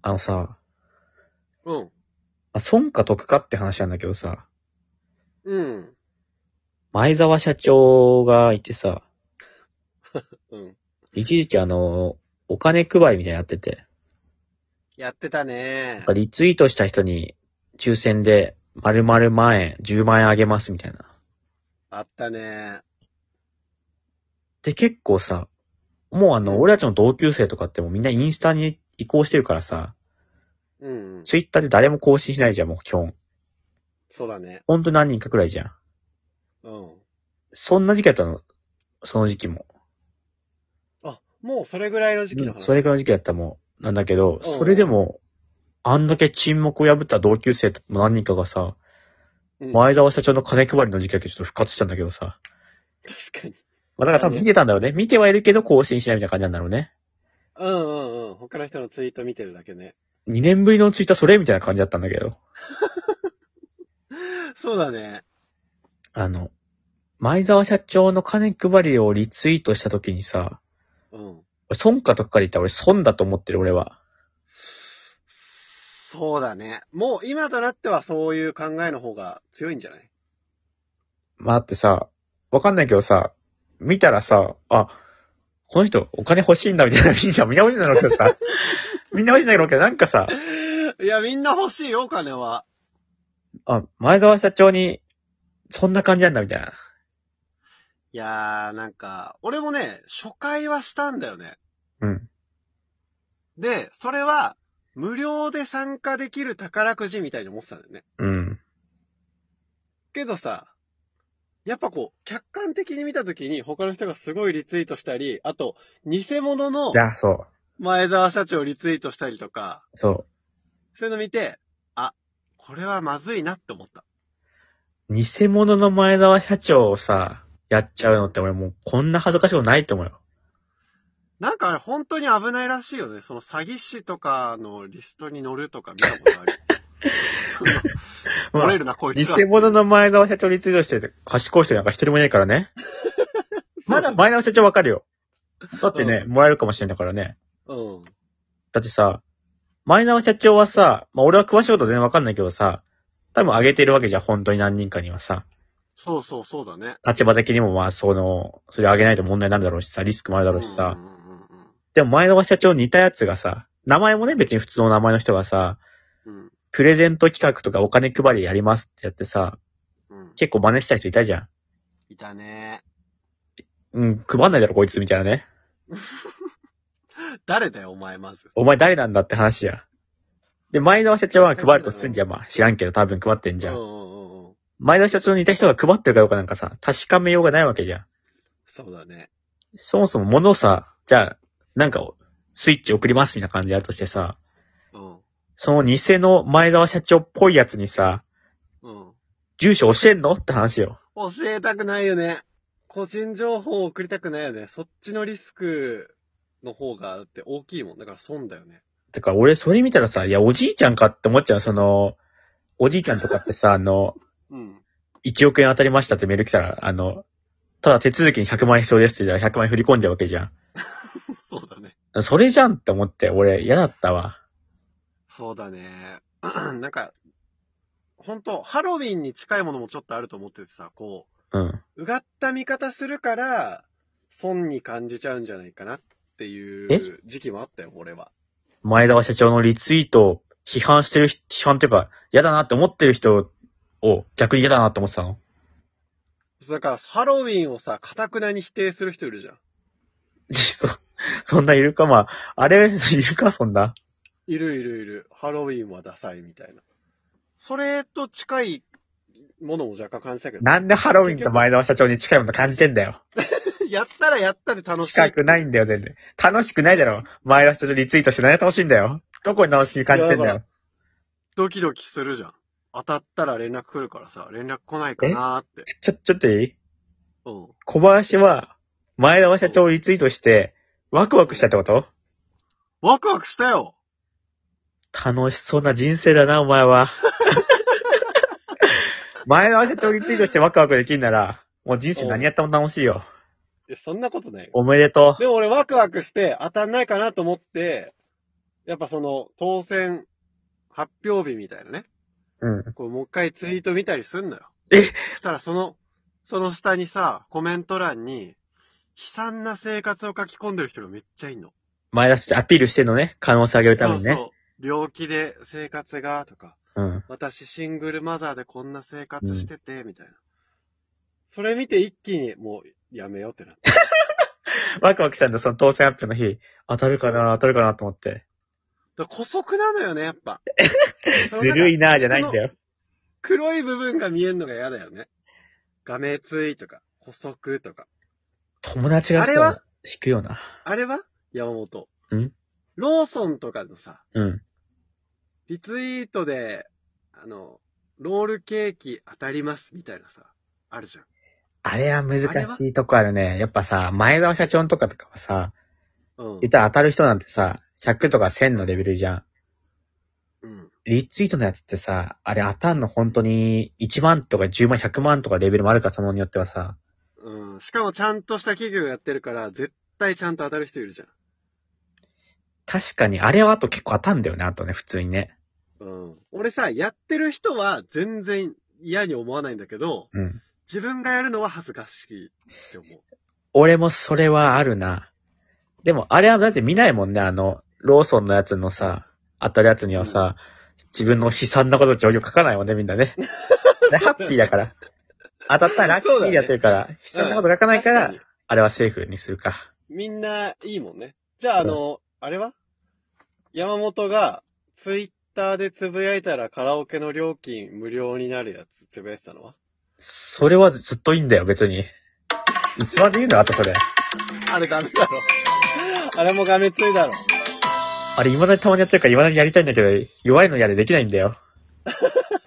あのさ、 うん。 損か得かって話なんだけどさ、 うん。 前澤社長がいてさ、 うん。 一時期お金配りみたいなのやってて、 やってたなんかね。 リツイートした人に抽選で〇〇万円、10万円あげますみたいな。 あったね。 で、結構さ、もううん。 俺たちの同級生とかってもうみんなインスタに移行してるからさ、 うん。 ツイッターで誰も更新しないじゃん、もう基本。 そうだね。 ほんと何人かくらいじゃん。 うん。 そんな時期だったの、その時期も。 あ、もうそれぐらいの時期うん、 の話。 それぐらいの時期だったもん、なんだけど、それでうん。 も、あんだけ沈黙を破った同級生も何人かがさ、 うん。 前澤社長の金配りの時期だけちょっと復活したんだけどさ。 確かに。 まあだから多分見いたね。 てたんだろうね。見てはいるけど更新しないみたいな感じなんだろうね。 うんうんうん。他の人のツイート見てるだけね。 2年ぶりのツイッターそれみたいな感じだったんだけど。 そうだね。 あの、前澤社長の金配りをリツイートした時にさ、 うん。 損かとかで言ったら俺損だと思ってる俺は。 そうだね。もう今となってはそういう考えの方が強いんじゃない？ まあだってさ、わかんないけどさ、見たらさ、あ、この人お金欲しいんだみたいなみんな欲しいんだろうけどさ、みんな欲しいんだろうけどなんかさ、 いや、みんな欲しいよ、お金は。 あ、前澤社長にそんな感じなんだみたいな。 いやー、なんか、俺もね、初回はしたんだよね。 うん。 で、それは、無料で参加できる宝くじみたいに思ってたんだよね。 うん。 けどさ、やっぱこう、客観的に見たときに他の人がすごいリツイートしたり、あと、偽物のいや、そ前澤社長リツイートしたりとか、 う。そそういうの見て、あ、これはまずいなって思った。 う。偽物の前澤社長をさ、やっちゃうのって俺もうこんな恥ずかしいことないと思うよ。 なんかあれ本当に危ないらしいよね。その詐欺師とかのリストに載るとか見たことある。 まあ、 漏れるな、こいつは。 偽物の前澤社長リツイートしてて賢い人なんか一人もいないからね。まだ前澤社長わかるよ。だってね、もらえるかもしれないからね。 うん。 だってさ、前澤社長はさ、まあ俺は詳しいこと全然わかんないけどさ、多分上げてるわけじゃん、本当に何人かにはさ。 そうそうそうだね。 立場的にもまあそれ上げないと問題になるだろうしさ、リスクもあるだうんうんろうしさ。 うんでも前澤社長に似たやつがさ、名前もね別に普通の名前の人がさ、 うん。うん。 プレゼント企画とかお金配りやりますってやってさ、 うん。 結構真似した人いたじゃん。 いたね。 うん、配んないだろこいつみたいなね。 誰だよ、お前、まず。 お前誰なんだって話や。で、前澤社長は配るとすんじゃん。まあ知らんけど多分配ってんじゃん。 うんうんうんうん。 前澤社長に似た人が配ってるかどうかなんかさ、確かめようがないわけじゃん。 そうだね。 そもそも物をさ、じゃあ、なんかスイッチ送りますみたいな感じでやるとしてさ、 うん。 その偽の前澤社長っぽいやつにさ、 うん。 住所教えんのって話よ。 教えたくないよね。個人情報を送りたくないよね。そっちのリスクの方がだって大きいもん。だから損だよね。 てか俺それ見たらさ、いやおじいちゃんかって思っちゃう。おじいちゃんとかってさ、 うん。 1億円当たりましたってメール来たら、ただ手続きに100万円必要ですって言ったら100万円振り込んじゃうわけじゃそうだね。 ん。それじゃんって思って、俺嫌だったわ。 そうだね。なんか、本当ハロウィンに近いものもちょっとあると思っててさ、こうん。 う、うがった見方するから、損に感じちゃうんじゃないかなってえいう時期もあったよ、俺は。 前澤社長のリツイートを批判っていうか、嫌だなって思ってる人を逆に嫌だなって思ってたの。 だから、ハロウィンをさ、堅くなに否定する人いるじゃん。 そんないるかまあ、あれ、いるかそんな。 いるいるいる。ハロウィンはダサいみたいな。それと近いものも若干感じたけど。 なんでハロウィンと前澤社長に近いもの感じてんだよ。 やったらやったで楽しい。 近くないんだよ、全然。楽しくないだろ。前澤社長リツイートして何が楽しいんだよ。どこに楽しみ感じてんだよ。 ドキドキするじゃん。当たったら連絡来るからさ、連絡来ないかなーって。 ちょっといい？ うん。 小林は、前澤社長をリツイートして、ワクワクしたってこと？ ワクワクしたよ。 楽しそうな人生だな、お前は。前澤社長リツイートしてワクワクできんなら、もう人生何やっても楽しいよ。 いや、そんなことないよ。 おめでとでも俺ワクワクして当たんないかなと思って、 やっぱその、当選発表日みたいなね。 うん。 こう、もう一回ツイート見たりすんのよ。 えそしたらその下にさ、コメント欄に、悲惨な生活を書き込んでる人がめっちゃいんの。 前出してアピールしてんのね。可能性上げるためにね。 そうそう。病気で生活が、とか、 うん。 私シングルマザーでこんな生活してて、みたいな。それ見て一気にもうやめようってなって。 ワクワクしたんだ、その当選発表の日。当たるかなと思って。 だから姑息なのよね、やっぱ。 ずるいなぁじゃないんだよ。 黒い部分が見えんのが嫌だよね。がめついとか、姑息とか。 友達があれは引くよな。 あれは山本。 んローソンとかのさ、 うん。 リツイートで、ロールケーキ当たりますみたいなさ、あるじゃん。 あれは難しいとこあるね。やっぱさ、前澤社長とかはさ、 うん。 言ったら当たる人なんてさ、100とか1000のレベルじゃん。 うん。 リツイートのやつってさ、あれ当たんの本当に1万とか10万、100万とかレベルもあるから、そのによってはさ。 うん。しかもちゃんとした企業やってるから、絶対ちゃんと当たる人いるじゃん。 確かに、あれはあと結構当たんだよね、あとね、普通にね。 うん。俺さ、やってる人は全然嫌に思わないんだけど、 うん。 自分がやるのは恥ずかしいって思う。 俺もそれはあるな。でも、あれはだって見ないもんね、ローソンのやつのさ、当たるやつにはさ、自分の悲惨なこと状況書かないもんね、みんなね。でハッピーだから。当たったらラッキーでやってるから、悲惨なこと書かないから、 確かにあれはセーフにするか。 みんないいもんね。じゃあ、あれは山本がツイッターでつぶやいたらカラオケの料金無料になるやつつぶやいてたのはそれはずっといいんだよ、別に。いつまで言うのあとそれ。 あれダメだろ。あれもがめついだろ。 あれ未だにたまにやってるから未だにやりたいんだけど、弱いのやでできないんだよ。